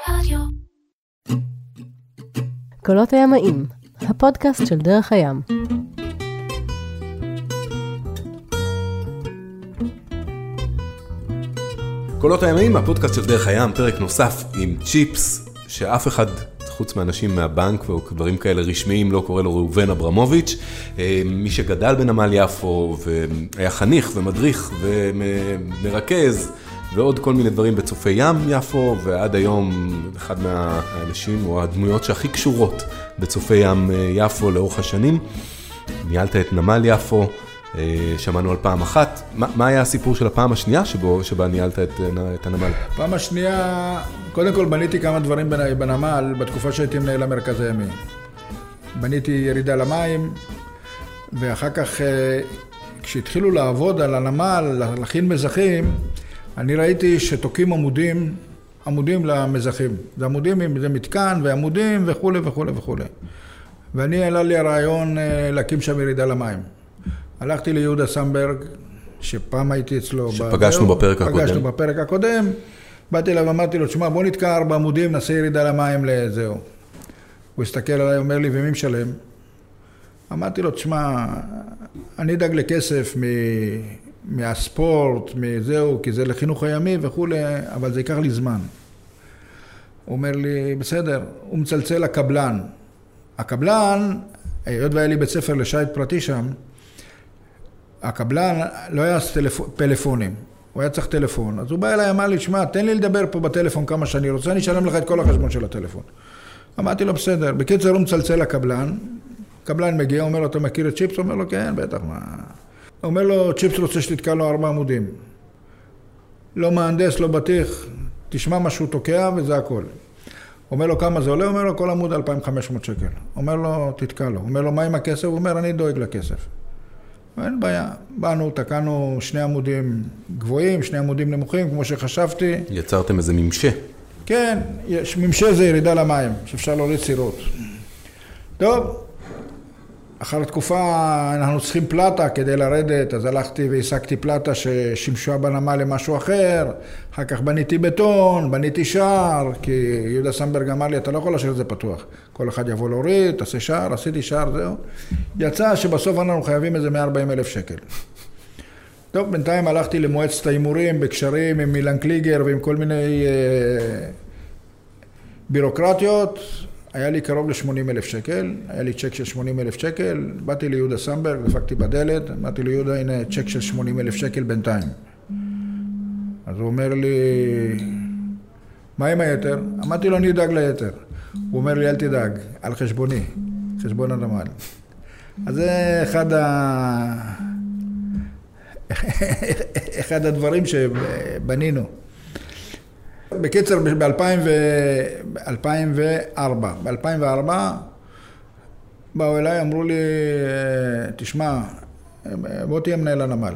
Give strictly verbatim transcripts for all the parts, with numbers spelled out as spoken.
רדיו. קולות הימאים, הפודקאסט של דרך הים. קולות הימאים, הפודקאסט של דרך הים, פרק נוסף עם צ'יפס, שאף אחד חוץ מאנשים מהבנק או דברים כאלה רשמיים לא קורא לו ראובן אברמוביץ', מי שגדל בנמל יפו והיה חניך ומדריך ומרכז ועוד כל מיני דברים בצופי ים יפו, ועד היום אחד מהאנשים או הדמויות שהכי קשורות בצופי ים יפו לאורך השנים. ניהלת את נמל יפו, שמענו על פעם אחת. מה, מה היה הסיפור של הפעם השנייה שבו, שבה ניהלת את, את הנמל? פעם השנייה, קודם כל בניתי כמה דברים בנמל בתקופה שהייתי מנהל המרכז הימי. בניתי ירידה למים, ואחר כך כשהתחילו לעבוד על הנמל, להכין מזחים, אני ראיתי שתוקים עמודים, עמודים למזחים. זה עמודים, זה מתקן ועמודים וכו' וכו' וכו'. ואני העלה לי הרעיון להקים שם ירידה למים. הלכתי ליהודה סמברג, שפעם הייתי אצלו. שפגשנו בפרק הקודם. פגשנו בפרק הקודם. באתי אליו ואמרתי לו, תשמע, בוא נתקע ארבע עמודים, נעשה ירידה למים לזהו. הוא הסתכל עליי, אומר לי, ומי משלם? אמרתי לו, תשמע, אני אדאג לכסף מ... מהספורט, מזהו, כי זה לחינוך הימי וכו', אבל זה ייקח לי זמן. הוא אומר לי, בסדר, הוא מצלצל לקבלן. הקבלן, היות והיה לי בית ספר לשייט פרטי שם, הקבלן לא היה פלאפונים, הוא היה צריך טלפון. אז הוא בא אליי, אמר לי, שמע, תן לי לדבר פה בטלפון כמה שאני רוצה, אני אשלם לך את כל החשבון של הטלפון. אמרתי לו, בסדר. בקיצור הוא מצלצל לקבלן, הקבלן מגיע, אומר לו, אתה מכיר את צ'יפס? הוא אומר לו, כן, בטח, מה... הוא אומר לו, צ'יפס רוצה שתתקע לו ארבע עמודים. לא מהנדס, לא בטיח, תשמע משהו תוקע וזה הכל. אומר לו, כמה זה עולה? הוא אומר לו, כל עמוד אלפיים וחמש מאות שקל. אומר לו, תתקע לו. אומר לו, מה עם הכסף? הוא אומר, אני דואג לכסף. אין בעיה. באנו, תקענו שני עמודים גבוהים, שני עמודים נמוכים, כמו שחשבתי. יצרתם איזה ממשה. כן, יש, ממשה זה ירידה למים, שאפשר להוריד סירות. טוב. אחר התקופה אנחנו צריכים פלטה כדי לרדת, אז הלכתי והעסקתי פלטה ששימשה בנמל למשהו אחר, אחר כך בניתי בטון, בניתי שער, כי יהודה סמברג אמר לי, אתה לא יכול להשאיר את זה פתוח, כל אחד יבוא להוריד, תעשה שער, עשיתי שער, זהו. יצא שבסוף אנחנו חייבים איזה מאה וארבעים אלף שקל. טוב, בינתיים הלכתי למועצת ההימורים, בקשרים עם מילן קליגר ועם כל מיני אה, בירוקרטיות, היה לי קרוב ל-שמונים אלף שקל, היה לי צ'ק של שמונים אלף שקל, באתי ליהודה סמברג, דפקתי בדלת, אמרתי ליהודה, הנה צ'ק של שמונים אלף שקל בינתיים. אז הוא אומר לי, מה עם היתר? אמרתי לו, אני אדאג ליתר. הוא אומר לי, אל תדאג, על חשבוני, חשבון הנמל. אז זה אחד, ה... אחד הדברים שבנינו. בקיצר, ב-אלפיים וארבע, ב-אלפיים וארבע באו אליי, אמרו לי, תשמע, בוא תהיה מנהל הנמל.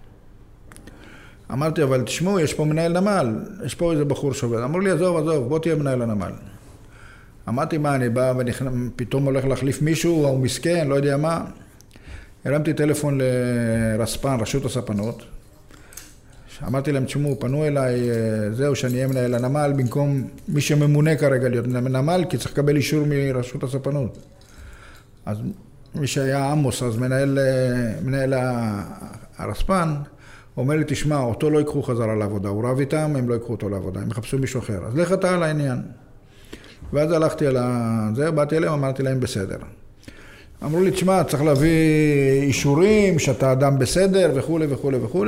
אמרתי, אבל תשמעו, יש פה מנהל נמל, יש פה איזה בחור שעובד. אמרו לי, עזוב, עזוב, בוא תהיה מנהל הנמל. אמרתי, מה, אני בא ופתאום הולך להחליף מישהו, הוא מסכן, לא יודע מה. הרמתי טלפון לרספן, רשות הספנות. אמרתי להם, תשמעו, פנו אליי, זהו, שאני אהיה מנהל הנמל, במקום מי שממונה כרגע להיות נמל, כי צריך לקבל אישור מרשות הספנות. אז מי שהיה עמוס, אז מנהל, מנהל הרספן, אומר לי, תשמע, אותו לא יקחו חזרה לעבודה, הוא רב איתם, הם לא יקחו אותו לעבודה, הם יחפשו מישהו אחר. אז לך אתה על העניין. ואז הלכתי על זה, באתי אליהם, אמרתי להם, בסדר. אמרו לי, תשמע, צריך להביא אישורים, שאתה אדם בסדר, וכו' וכו' וכו'.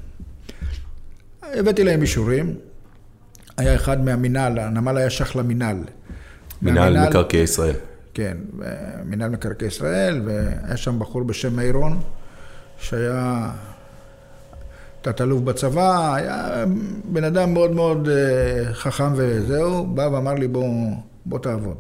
הבאתי להם אישורים, היה אחד מהמינהל, הנמל היה שייך למינהל. מינהל מקרקעי ישראל. כן, מינהל מקרקעי ישראל, והיה שם בחור בשם מאירון, שהיה תת-אלוף בצבא, היה בן אדם מאוד מאוד חכם וזהו, בא ואמר לי בוא, בוא תעבוד.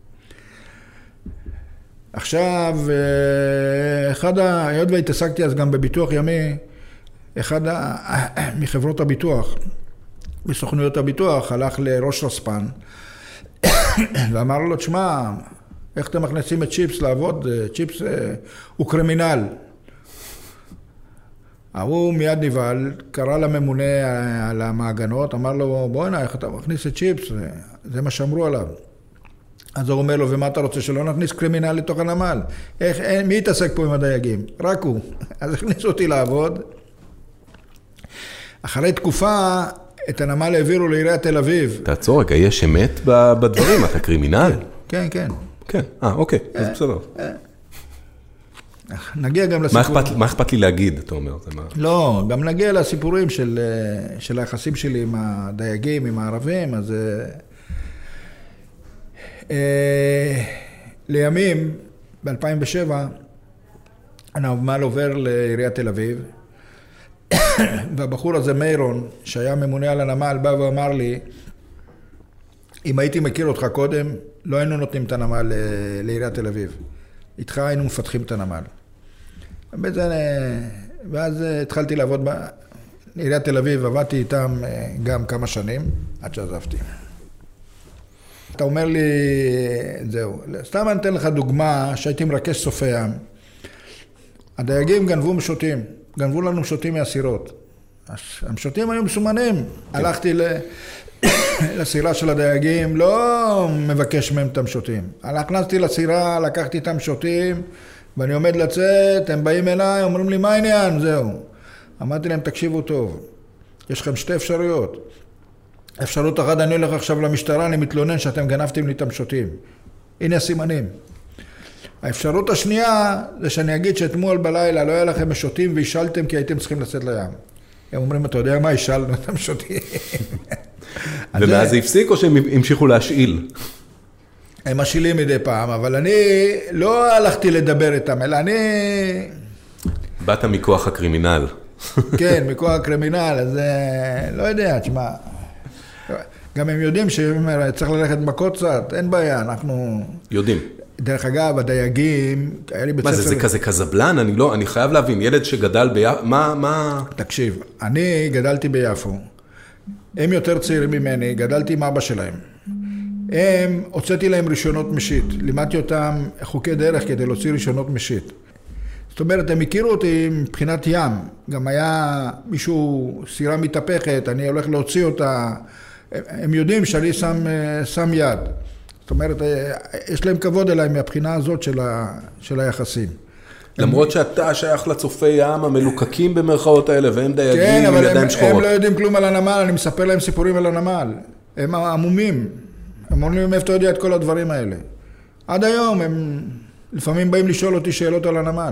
עכשיו, אחד, היות והתעסקתי אז גם בביטוח ימי, אחד מחברות הביטוח, בסוכנויות הביטוח, הלך לראש רספן, ואמר לו, תשמע, איך אתם מכניסים את צ'יפס לעבוד? צ'יפס הוא קרימינל. הוא מיד נבהל, קרא לממונה על המעגנות, אמר לו, בוא הנה, איך אתה מכניס את צ'יפס? זה מה שאמרו עליו. אז הוא אומר לו, ומה אתה רוצה, שלא נכניס קרימינל לתוך הנמל? איך, אין, מי יתעסק פה עם הדייגים? רק הוא. אז הכניסו אותי לעבוד. אחרי תקופה, את הנמל העבירו לעיריית תל אביב. תעצור רגע, יש אמת בדברים, אתה קרימינל? כן, כן. כן, אה, אוקיי, אז בסדר. נגיע גם לסיפור. מה אכפת לי להגיד, אתה אומר? לא, גם נגיע לסיפורים של, של היחסים שלי עם הדייגים, עם הערבים, אז אה, לימים, ב-אלפיים ושבע, הנמל עובר לעיריית תל אביב, והבחור הזה, מיירון, שהיה ממונה על הנמל, בא ואמר לי, אם הייתי מכיר אותך קודם, לא היינו נותנים את הנמל לעיריית תל אביב. איתך היינו מפתחים את הנמל. בזה, ואז התחלתי לעבוד בעיריית תל אביב, עבדתי איתם גם כמה שנים, עד שעזבתי. אתה אומר לי, זהו, סתם אני אתן לך דוגמה שהייתי מרכז סופי ים. הדייגים גנבו משוטים, גנבו לנו משוטים מהסירות. המשוטים היו מסומנים. הלכתי ל... לסירה של הדייגים, לא מבקש מהם את המשוטים. הכנסתי לסירה, לקחתי את המשוטים, ואני עומד לצאת, הם באים אליי, אומרים לי, מה העניין? זהו. אמרתי להם, תקשיבו טוב, יש לכם שתי אפשרויות. אפשרות אחת, אני הולך עכשיו למשטרה, אני מתלונן שאתם גנבתם לי את המשוטים. הנה הסימנים. האפשרות השנייה, זה שאני אגיד שאתמול בלילה לא היה לכם משוטים והשאלתם כי הייתם צריכים לצאת לים. הם אומרים, אתה יודע מה, השאלנו את המשוטים. ומאז זה הפסיק או שהם המשיכו להשאיל? הם משאילים מדי פעם, אבל אני לא הלכתי לדבר איתם, אלא אני... באת מכוח הקרימינל. כן, מכוח הקרימינל, אז לא יודע, תשמע, גם הם יודעים שצריך ללכת מכות קצת, אין בעיה, אנחנו... יודעים. דרך אגב, הדייגים, היה לי בית ספר... מה זה, זה כזה קזבלן? אני לא, אני חייב להבין, ילד שגדל ביפו, מה, מה... תקשיב, אני גדלתי ביפו, הם יותר צעירים ממני, גדלתי עם אבא שלהם. הם, הוצאתי להם רישיונות משית, לימדתי אותם חוקי דרך כדי להוציא רישיונות משית. זאת אומרת, הם הכירו אותי מבחינת ים, גם היה מישהו, סירה מתהפכת, אני הולך להוציא אותה, הם יודעים שאני שם, שם יד. זאת אומרת, יש להם כבוד אליי מהבחינה הזאת של, ה, של היחסים. למרות שאתה שייך לצופי ים המלוקקים במרכאות האלה, והם דייגים כן, עם ידיים שחורות. הם לא יודעים כלום על הנמל, אני מספר להם סיפורים על הנמל. הם עמומים. הם אומרים, איפה אתה יודע את כל הדברים האלה? עד היום הם לפעמים באים לשאול אותי שאלות על הנמל.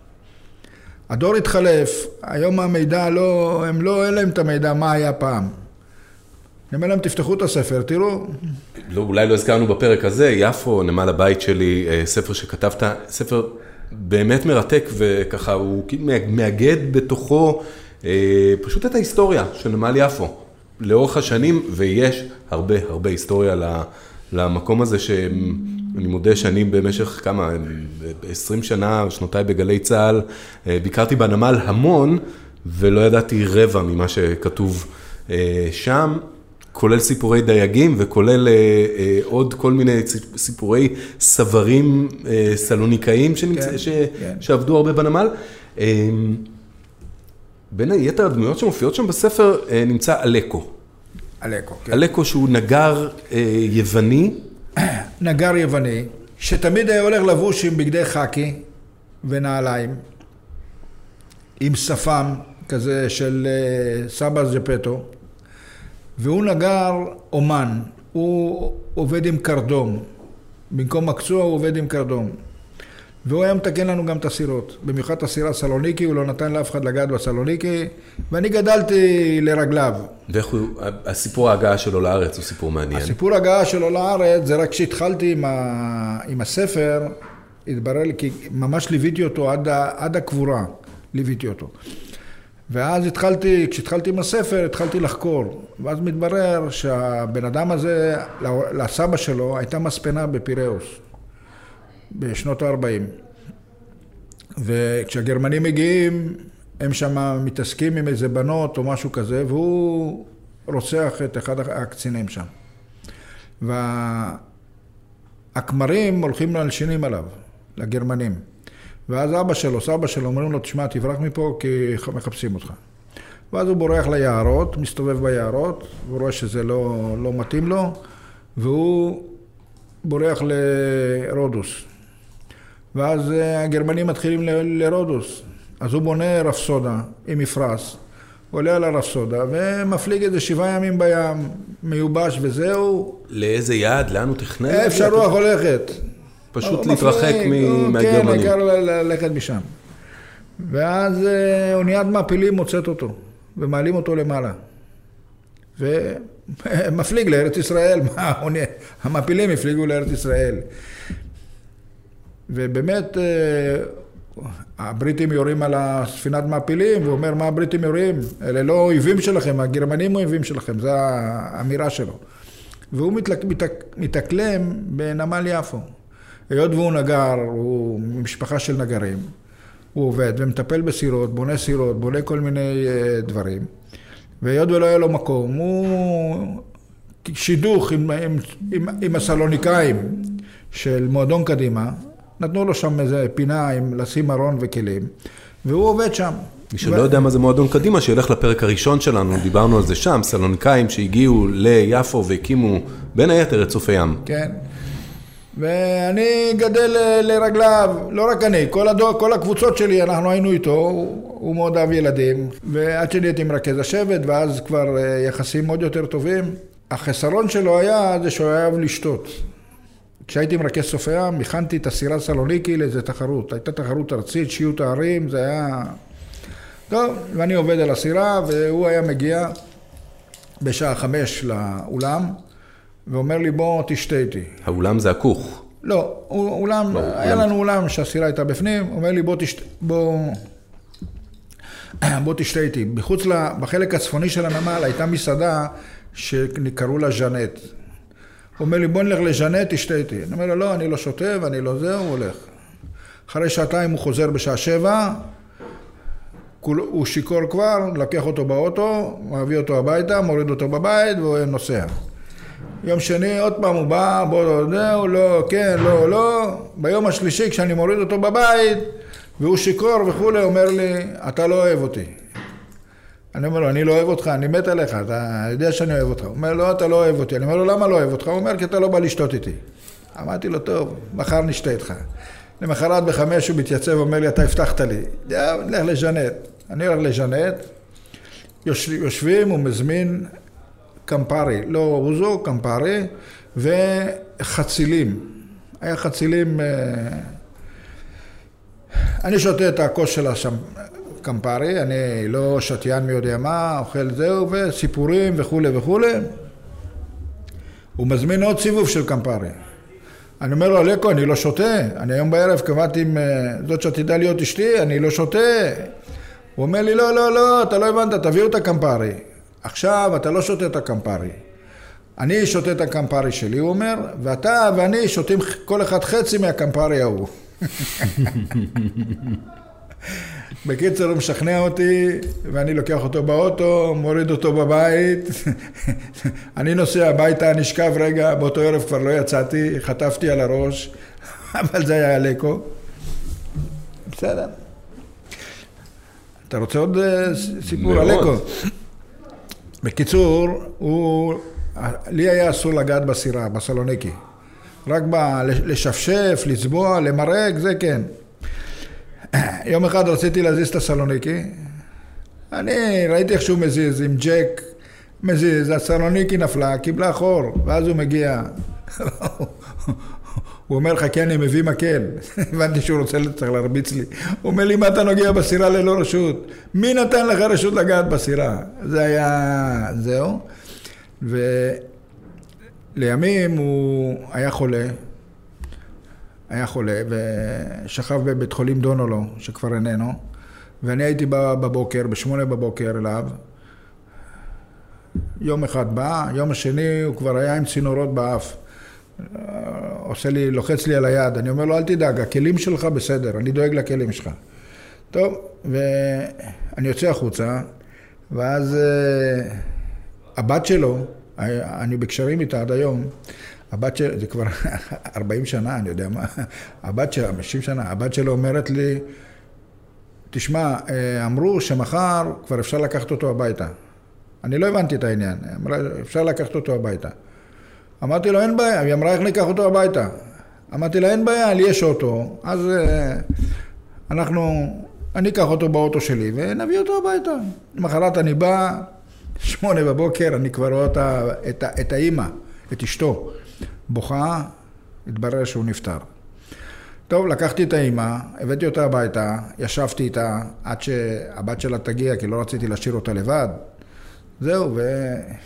הדור התחלף, היום המידע לא, הם לא, אין להם את המידע מה היה פעם. אני אומר להם, תפתחו את הספר, תראו. לא, אולי לא הזכרנו בפרק הזה, יפו, נמל הבית שלי, ספר שכתבת, ספר באמת מרתק, וככה הוא מאגד בתוכו פשוט את ההיסטוריה של נמל יפו. לאורך השנים, ויש הרבה הרבה היסטוריה למקום הזה, שאני מודה שאני במשך כמה, עשרים שנה, שנותיי בגלי צהל, ביקרתי בנמל המון, ולא ידעתי רבע ממה שכתוב שם, כולל סיפורי דייגים, וכולל עוד כל מיני סיפורי סברים סלוניקאים שעבדו הרבה בנמל. בין היתר הדמויות שמופיעות שם בספר נמצא אלקו. אלקו, כן. אלקו שהוא נגר יווני. נגר יווני, שתמיד היה הולך לבוש עם בגדי חקי ונעליים, עם שפם כזה של סבא ז'פטו, והוא נגר אומן, הוא עובד עם קרדום, במקום מקצוע הוא עובד עם קרדום. והוא היה מתקן לנו גם את הסירות, במיוחד את הסירה סלוניקי, הוא לא נתן לאף אחד לגעת בסלוניקי, ואני גדלתי לרגליו. ואיך הוא, הסיפור ההגעה שלו לארץ הוא סיפור מעניין? הסיפור ההגעה שלו לארץ, זה רק כשהתחלתי עם, ה, עם הספר, התברר לי, כי ממש ליוויתי אותו עד, עד הקבורה, ליוויתי אותו. ואז התחלתי, כשהתחלתי עם הספר, התחלתי לחקור, ואז מתברר שהבן אדם הזה, לסבא שלו, הייתה מספנה בפיראוס. בשנות ה-ארבעים. וכשהגרמנים מגיעים, הם שם מתעסקים עם איזה בנות או משהו כזה, והוא רוצח את אחד הקצינים שם. והכמרים הולכים להלשינים עליו, לגרמנים. ואז אבא שלו, סבא שלו, אומרים לו, תשמע, תברח מפה כי מחפשים אותך. ואז הוא בורח ליערות, מסתובב ביערות, הוא רואה שזה לא, לא מתאים לו, והוא בורח לרודוס. ואז הגרמנים מתחילים ל- לרודוס. אז הוא בונה רפסודה עם מפרס, עולה על הרפסודה ומפליג איזה שבעה ימים בים, מיובש וזהו. לאיזה יעד? לאן הוא תכנן? איפה הרוח הולכת. פשוט להתרחק מהגרמנים. כן, העיקר ללכת משם. ואז אוניית מעפילים מוצאת אותו, ומעלים אותו למעלה. ומפליג לארץ ישראל, המעפילים הפליגו לארץ ישראל. ובאמת, הבריטים יורים על הספינת מעפילים, והוא אומר, מה הבריטים יורים? אלה לא אויבים שלכם, הגרמנים אויבים שלכם, זו האמירה שלו. והוא מתאקלם בנמל יפו. היות והוא נגר, הוא משפחה של נגרים, הוא עובד ומטפל בסירות, בונה סירות, בונה כל מיני דברים. והיות ולא היה לו מקום, הוא שידוך עם, עם, עם, עם הסלוניקאים של מועדון קדימה, נתנו לו שם איזה פינה עם לשים ארון וכלים, והוא עובד שם. מי שלא יודע מה זה מועדון קדימה, שילך לפרק הראשון שלנו, דיברנו על זה שם, סלוניקאים שהגיעו ליפו והקימו בין היתר את צופי ים. כן. ואני גדל לרגליו, לא רק אני, כל, הדור, כל הקבוצות שלי, אנחנו היינו איתו, הוא, הוא מאוד אהב ילדים, ועד שנהייתי מרכז השבט, ואז כבר יחסים מאוד יותר טובים. החסרון שלו היה זה שהוא אהב לשתות. כשהייתי מרכז צופי ים, הכנתי את הסירה סלוניקי לאיזו תחרות. הייתה תחרות ארצית, שיעוט הערים, זה היה... טוב, ואני עובד על הסירה, והוא היה מגיע בשעה חמש לאולם, ואומר לי, בוא תשתה איתי. האולם זה הכוך. לא, אולם, לא, היה אולם. לנו אולם שהסירה הייתה בפנים, אומר לי, בוא תשתה, בוא, בוא תשתה איתי. בחוץ, לה, בחלק הצפוני של הנמל, הייתה מסעדה שקראו לה ז'נט. הוא אומר לי, בוא נלך לז'נט, תשתה איתי. אני אומר לו, לא, אני לא שותה ואני לא זה, הוא הולך. אחרי שעתיים הוא חוזר בשעה שבע, הוא שיקור כבר, לקח אותו באוטו, מביא אותו הביתה, מוריד אותו בבית והוא נוסע. יום שני, עוד פעם הוא בא, בוא, זהו, לא, כן, לא, לא. ביום השלישי, כשאני מוריד אותו בבית, והוא שיקור וכו', אומר לי, אתה לא אוהב אותי. אני אומר לו, אני לא אוהב אותך, אני מת עליך, אתה יודע שאני אוהב אותך. הוא אומר, לא, אתה לא אוהב אותי. אני אומר לו, למה לא אוהב אותך? הוא אומר, כי אתה לא בא לשתות איתי. אמרתי לו, טוב, מחר נשתה איתך. למחרת בחמש הוא מתייצב ואומר לי, אתה הבטחת לי. יאו, נלך לז'נט. אני הולך לז'נט, יושבים, הוא מזמין קמפרי, לא אוזו, קמפרי, וחצילים. היה חצילים, אני שותה את הכוס של הקמפרי, אני לא שתיין מי יודע מה, אוכל זהו, וסיפורים וכו' וכו'. הוא מזמין עוד סיבוב של קמפרי. אני אומר לו, אלקו, אני לא שותה. אני היום בערב קבעתי עם זאת שתדע להיות אשתי, אני לא שותה. הוא אומר לי, לא, לא, לא, אתה לא הבנת, תביאו את הקמפרי. עכשיו אתה לא שותה את הקמפרי. אני שותה את הקמפרי שלי, הוא אומר, ואתה ואני שותים כל אחד חצי מהקמפרי ההוא. בקיצר הוא משכנע אותי, ואני לוקח אותו באוטו, מוריד אותו בבית. אני נוסע הביתה, נשכב רגע, באותו ערב כבר לא יצאתי, חטפתי על הראש, אבל זה היה אלקו. בסדר. אתה רוצה עוד סיפור על אלקו? בקיצור, הוא, לי היה אסור לגעת בסירה, בסלוניקי. רק ב, לשפשף, לצבוע, למרק, זה כן. יום אחד רציתי להזיז את הסלוניקי. אני ראיתי איך שהוא מזיז עם ג'ק, מזיז, הסלוניקי נפלה, קיבלה חור, ואז הוא מגיע. הוא אומר לך, כן, אני מביא מקל. הבנתי שהוא רוצה צריך להרביץ לי. הוא אומר לי, מה אתה נוגע בסירה ללא רשות? מי נתן לך רשות לגעת בסירה? זה היה, זהו. ולימים הוא היה חולה. היה חולה, ושכב בבית חולים דונולו, שכבר איננו. ואני הייתי בבוקר, בשמונה בבוקר אליו. יום אחד בא, יום השני הוא כבר היה עם צינורות באף. עושה לי, לוחץ לי על היד, אני אומר לו, אל תדאג, הכלים שלך בסדר, אני דואג לכלים שלך. טוב, ואני יוצא החוצה, ואז הבת שלו, אני בקשרים איתה עד היום, הבת של, זה כבר ארבעים שנה, אני יודע מה, הבת שלה, חמישים שנה, הבת שלו אומרת לי, תשמע, אמרו שמחר כבר אפשר לקחת אותו הביתה. אני לא הבנתי את העניין, אמרה, אפשר לקחת אותו הביתה. אמרתי לו, אין בעיה, היא אמרה, איך ניקח אותו הביתה? אמרתי לה, אין בעיה, לי יש אוטו, אז אנחנו, אני אקח אותו באוטו שלי ונביא אותו הביתה. למחרת אני בא, שמונה בבוקר, אני כבר רואה אותה, את, את האמא, את אשתו, בוכה, התברר שהוא נפטר. טוב, לקחתי את האמא, הבאתי אותה הביתה, ישבתי איתה עד שהבת שלה תגיע, כי לא רציתי להשאיר אותה לבד. זהו, ו...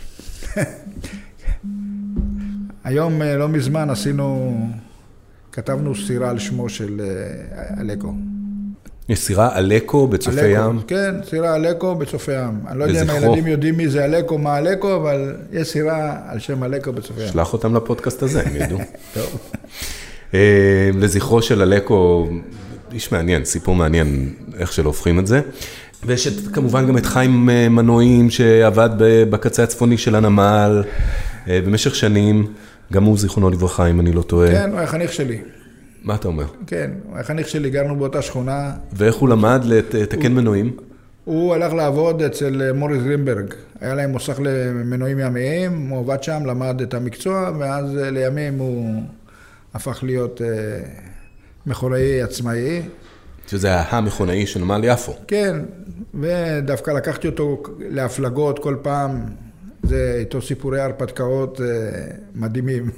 היום לא מזמן עשינו, כתבנו סירה על שמו של אלקו. יש סירה אלקו בצופי אלקו, ים? כן, סירה אלקו בצופי ים. אני לא יודע אם הילדים יודעים מי זה אלקו, מה אלקו, אבל יש סירה על שם אלקו בצופי ים. שלח אותם לפודקאסט הזה, הם ידעו. טוב. לזכרו של אלקו, איש מעניין, סיפור מעניין איך שלא הופכים את זה. ויש את, כמובן גם את חיים מנועים שעבד בקצה הצפוני של הנמל במשך שנים, גם הוא זיכרונו לברכה אם אני לא טועה. כן, הוא היה חניך שלי. מה אתה אומר? כן, הוא היה חניך שלי, גרנו באותה שכונה. ואיך הוא למד לתקן מנועים? הוא הלך לעבוד אצל מוריס גרינברג, היה להם מוסך למנועים ימיים, הוא עבד שם, למד את המקצוע, ואז לימים הוא הפך להיות מכונאי עצמאי. שזה המכונאי של נמל יפו. כן, ודווקא לקחתי אותו להפלגות כל פעם, זה איתו סיפורי הרפתקאות מדהימים.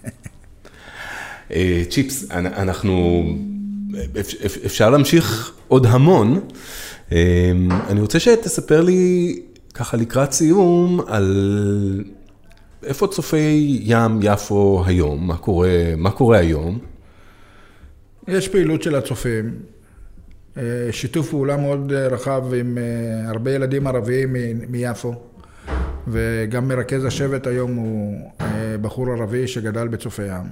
צ'יפס, אנחנו, אפשר להמשיך עוד המון. אני רוצה שתספר לי ככה לקראת סיום על איפה צופי ים יפו היום, מה קורה, מה קורה היום? יש פעילות של הצופים, שיתוף פעולה מאוד רחב עם הרבה ילדים ערביים מיפו, וגם מרכז השבט היום הוא בחור ערבי שגדל בצופי ים.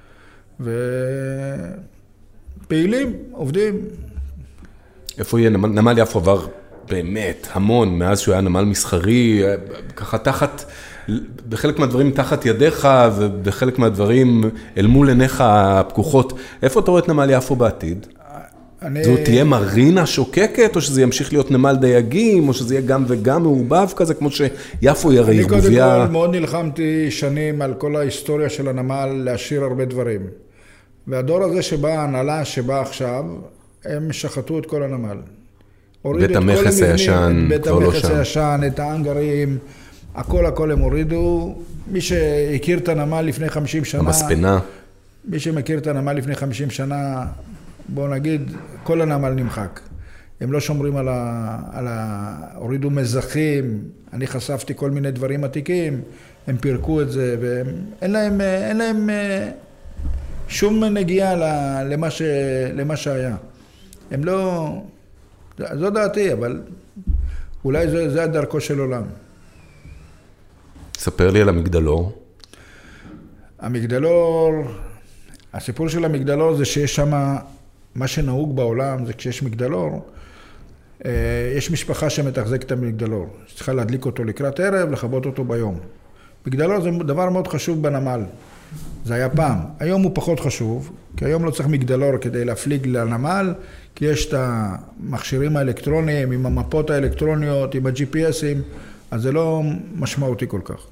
ופעילים, עובדים. איפה יהיה? נמל, נמל יפו עבר באמת המון, מאז שהוא היה נמל מסחרי, ככה תחת, בחלק מהדברים תחת ידיך, ובחלק מהדברים אל מול עיניך הפקוחות. איפה אתה רואה את נמל יפו בעתיד? אני... זו תהיה מרינה שוקקת, או שזה ימשיך להיות נמל דייגים, או שזה יהיה גם וגם מעובב כזה, כמו שיפו יראה ערבוביה. אני קודם כל מאוד נלחמתי שנים על כל ההיסטוריה של הנמל להשאיר הרבה דברים. והדור הזה שבא, ההנהלה שבא עכשיו, הם שחטו את כל הנמל. בית המכס הישן, כבר לא שם. בית המכס הישן, את האנגרים, הכל הכל הם הורידו. מי שהכיר את הנמל לפני חמישים שנה... המספנה. מי שמכיר את הנמל לפני חמישים שנה... בואו נגיד, כל הנמל נמחק. הם לא שומרים על ה... על ה... הורידו מזחים, אני חשפתי כל מיני דברים עתיקים, הם פירקו את זה, ואין להם, אין להם שום נגיעה למה, ש... למה שהיה. הם לא... זו דעתי, אבל אולי זה, זה הדרכו של עולם. ספר לי על המגדלור. המגדלור, הסיפור של המגדלור זה שיש שם... מה שנהוג בעולם זה כשיש מגדלור, יש משפחה שמתחזקת את המגדלור, שצריכה להדליק אותו לקראת ערב, לכבות אותו ביום. מגדלור זה דבר מאוד חשוב בנמל, זה היה פעם. היום הוא פחות חשוב, כי היום לא צריך מגדלור כדי להפליג לנמל, כי יש את המכשירים האלקטרוניים, עם המפות האלקטרוניות, עם ה-ג'י פי אסים, אז זה לא משמעותי כל כך.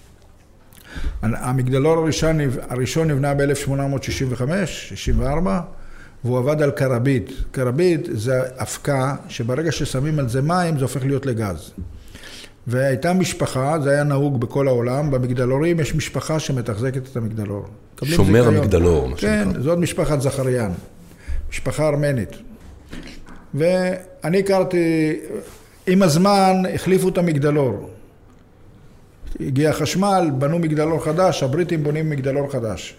המגדלור הראשון, הראשון נבנה ב-אלף שמונה מאות שישים וחמש שישים וארבע, והוא עבד על קרבית. קרבית זה אבקה שברגע ששמים על זה מים זה הופך להיות לגז. והייתה משפחה, זה היה נהוג בכל העולם, במגדלורים יש משפחה שמתחזקת את המגדלור. שומר המגדלור. כן, זאת משפחת זכריאן, משפחה ארמנית. ואני הכרתי, עם הזמן החליפו את המגדלור. הגיע חשמל, בנו מגדלור חדש, הבריטים בונים מגדלור חדש.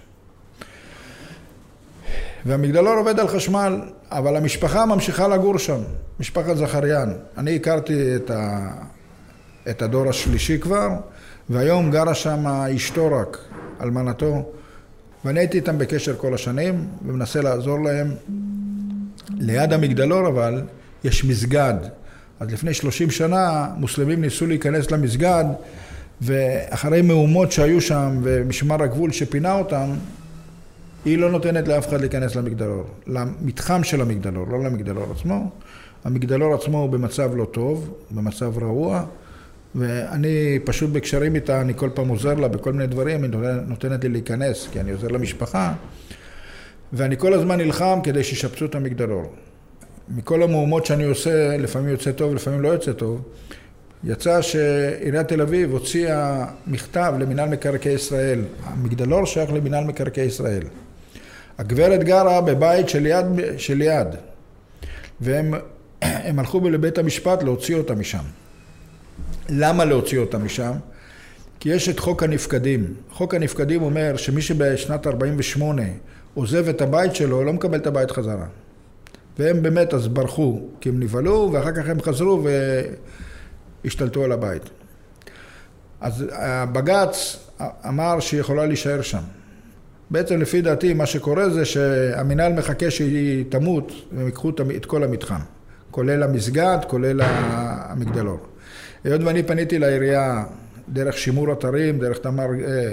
והמגדלור עובד על חשמל, אבל המשפחה ממשיכה לגור שם, משפחת זכריאן. אני הכרתי את, ה... את הדור השלישי כבר, והיום גרה שם אשתו רק, אלמנתו, ואני הייתי איתם בקשר כל השנים, ומנסה לעזור להם. ליד המגדלור אבל יש מסגד, אז לפני שלושים שנה מוסלמים ניסו להיכנס למסגד, ואחרי מהומות שהיו שם ומשמר הגבול שפינה אותם, היא לא נותנת לאף אחד להיכנס למגדלור, למתחם של המגדלור, לא למגדלור עצמו. המגדלור עצמו הוא במצב לא טוב, במצב רעוע, ואני פשוט בקשרים איתה, אני כל פעם עוזר לה בכל מיני דברים, היא נותנת לי להיכנס, כי אני עוזר למשפחה, ואני כל הזמן נלחם כדי שישפצו את המגדלור. מכל המהומות שאני עושה, לפעמים יוצא טוב, לפעמים לא יוצא טוב, יצא שעיריית תל אביב הוציאה מכתב למינהל מקרקעי ישראל. המגדלור שייך למינהל מקרקעי ישראל. הגברת גרה בבית של יד, של יד, והם הם הלכו לבית המשפט להוציא אותה משם. למה להוציא אותה משם? כי יש את חוק הנפקדים. חוק הנפקדים אומר שמי שבשנת ארבעים ושמונה עוזב את הבית שלו, לא מקבל את הבית חזרה. והם באמת אז ברחו, כי הם נבהלו, ואחר כך הם חזרו והשתלטו על הבית. אז הבג"ץ אמר שהיא יכולה להישאר שם. בעצם לפי דעתי מה שקורה זה שהמינהל מחכה שהיא תמות, והם ייקחו את כל המתחם, כולל המסגד, כולל המגדלור. היות ואני פניתי לעירייה דרך שימור אתרים, דרך תמר,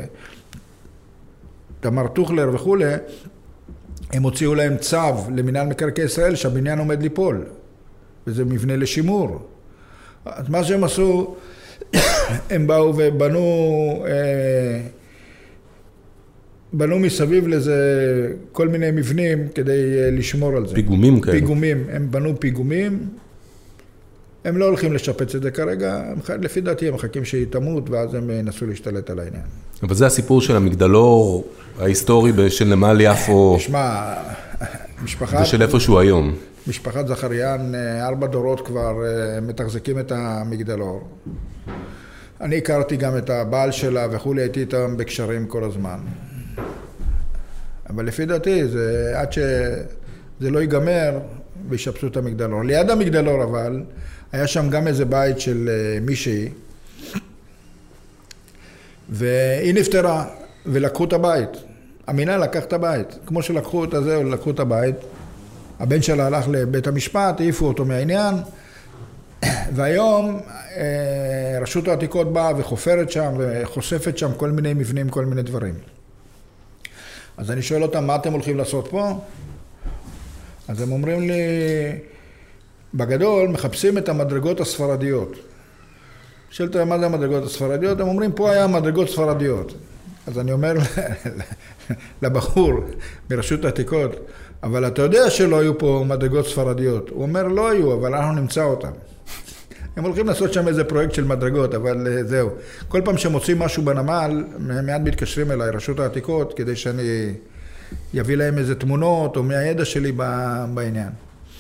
תמר טוכלר וכו', הם הוציאו להם צו למינהל מקרקעי ישראל שהבניין עומד ליפול, וזה מבנה לשימור. אז מה שהם עשו, הם באו ובנו, בנו מסביב לזה כל מיני מבנים כדי לשמור על זה. פיגומים כאלה. פיגומים, הם בנו פיגומים, הם לא הולכים לשפץ את זה כרגע, לפי דעתי הם מחכים שהיא תמות, ואז הם נסו להשתלט על העניין. אבל זה הסיפור של המגדלור ההיסטורי של נמל יפו. נשמע, משפחת... ושל איפשהו היום. משפחת זכריאן, ארבע דורות כבר מתחזקים את המגדלור. אני הכרתי גם את הבעל שלה וכולי, הייתי איתם בקשרים כל הזמן. אבל לפי דעתי, זה, עד שזה לא ייגמר, וישפצו את המגדלור. ליד המגדלור אבל, היה שם גם איזה בית של מישהי, והיא נפטרה, ולקחו את הבית. המינהל לקח את הבית. כמו שלקחו את הזה, לקחו את הבית. הבן שלה הלך לבית המשפט, העיפו אותו מהעניין, והיום רשות העתיקות באה וחופרת שם, וחושפת שם כל מיני מבנים, כל מיני דברים. אז אני שואל אותם, מה אתם הולכים לעשות פה? אז הם אומרים לי, בגדול מחפשים את המדרגות הספרדיות. שאלת מה זה המדרגות הספרדיות? הם אומרים, פה היה מדרגות ספרדיות. אז אני אומר לבחור מרשות העתיקות, אבל אתה יודע שלא היו פה מדרגות ספרדיות. הוא אומר, לא היו, אבל אנחנו נמצא אותם. הם הולכים לעשות שם איזה פרויקט של מדרגות, אבל זהו. כל פעם שמוצאים משהו בנמל, מיד מתקשרים אליי, רשות העתיקות, כדי שאני יביא להם איזה תמונות, או מהידע שלי בעניין.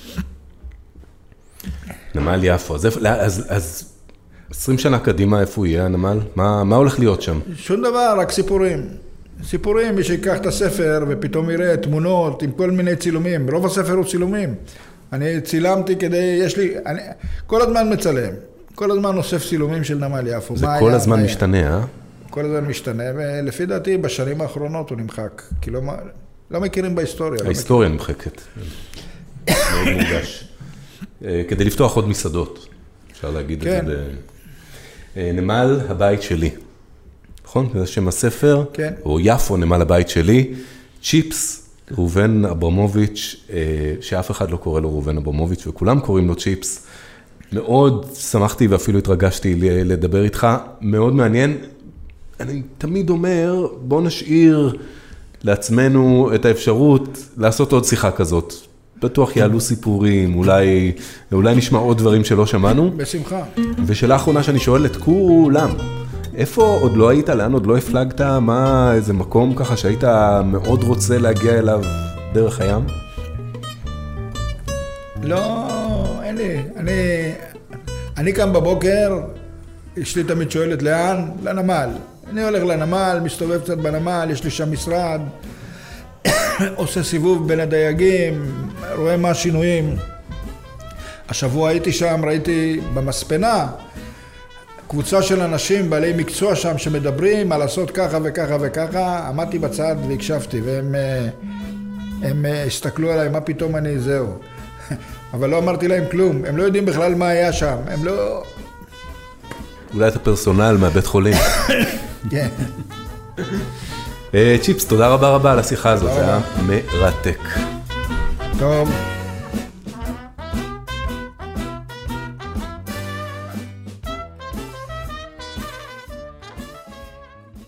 נמל יפו. אז, אז, אז עשרים שנה קדימה, איפה יהיה הנמל? מה, מה הולך להיות שם? שום דבר, רק סיפורים. סיפורים, מי שיקח את הספר ופתאום יראה תמונות עם כל מיני צילומים. רוב הספר הוא צילומים. אני צילמתי כדי, יש לי, אני כל הזמן מצלם. כל הזמן נוסף צילומים של נמל יפו. זה כל הזמן משתנה, אה? כל הזמן משתנה, ולפי דעתי בשנים האחרונות הוא נמחק. כי לא, לא מכירים בהיסטוריה. ההיסטוריה נמחקת. מאוד מורגש. כדי לפתוח עוד מסעדות. אפשר להגיד את זה. נמל הבית שלי. נכון? זה שם הספר. כן. או יפו, נמל הבית שלי. צ'יפס. ראובן אברמוביץ', שאף אחד לא קורא לו ראובן אברמוביץ', וכולם קוראים לו צ'יפס. מאוד שמחתי ואפילו התרגשתי לדבר איתך. מאוד מעניין. אני תמיד אומר, בוא נשאיר לעצמנו את האפשרות לעשות עוד שיחה כזאת. בטוח יעלו סיפורים, אולי, אולי נשמע עוד דברים שלא שמענו. בשמחה. ושאלה האחרונה שאני שואל את כולם, איפה עוד לא היית, לאן עוד לא הפלגת, מה איזה מקום ככה שהיית מאוד רוצה להגיע אליו דרך הים? לא, אין לי. אני, אני קם בבוקר, אשתי תמיד שואלת לאן? לנמל. אני הולך לנמל, מסתובב קצת בנמל, יש לי שם משרד, עושה סיבוב בין הדייגים, רואה מה השינויים. השבוע הייתי שם, ראיתי במספנה, קבוצה של אנשים, בעלי מקצוע שם, שמדברים על לעשות ככה וככה וככה. עמדתי בצד והקשבתי, והם הם הסתכלו עליי, מה פתאום אני, זהו. אבל לא אמרתי להם כלום, הם לא יודעים בכלל מה היה שם, הם לא... אולי את הפרסונל מהבית חולים. כן. צ'יפס, תודה רבה רבה על השיחה הזאת, זה היה מרתק. טוב.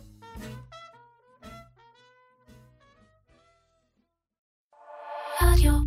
רדיו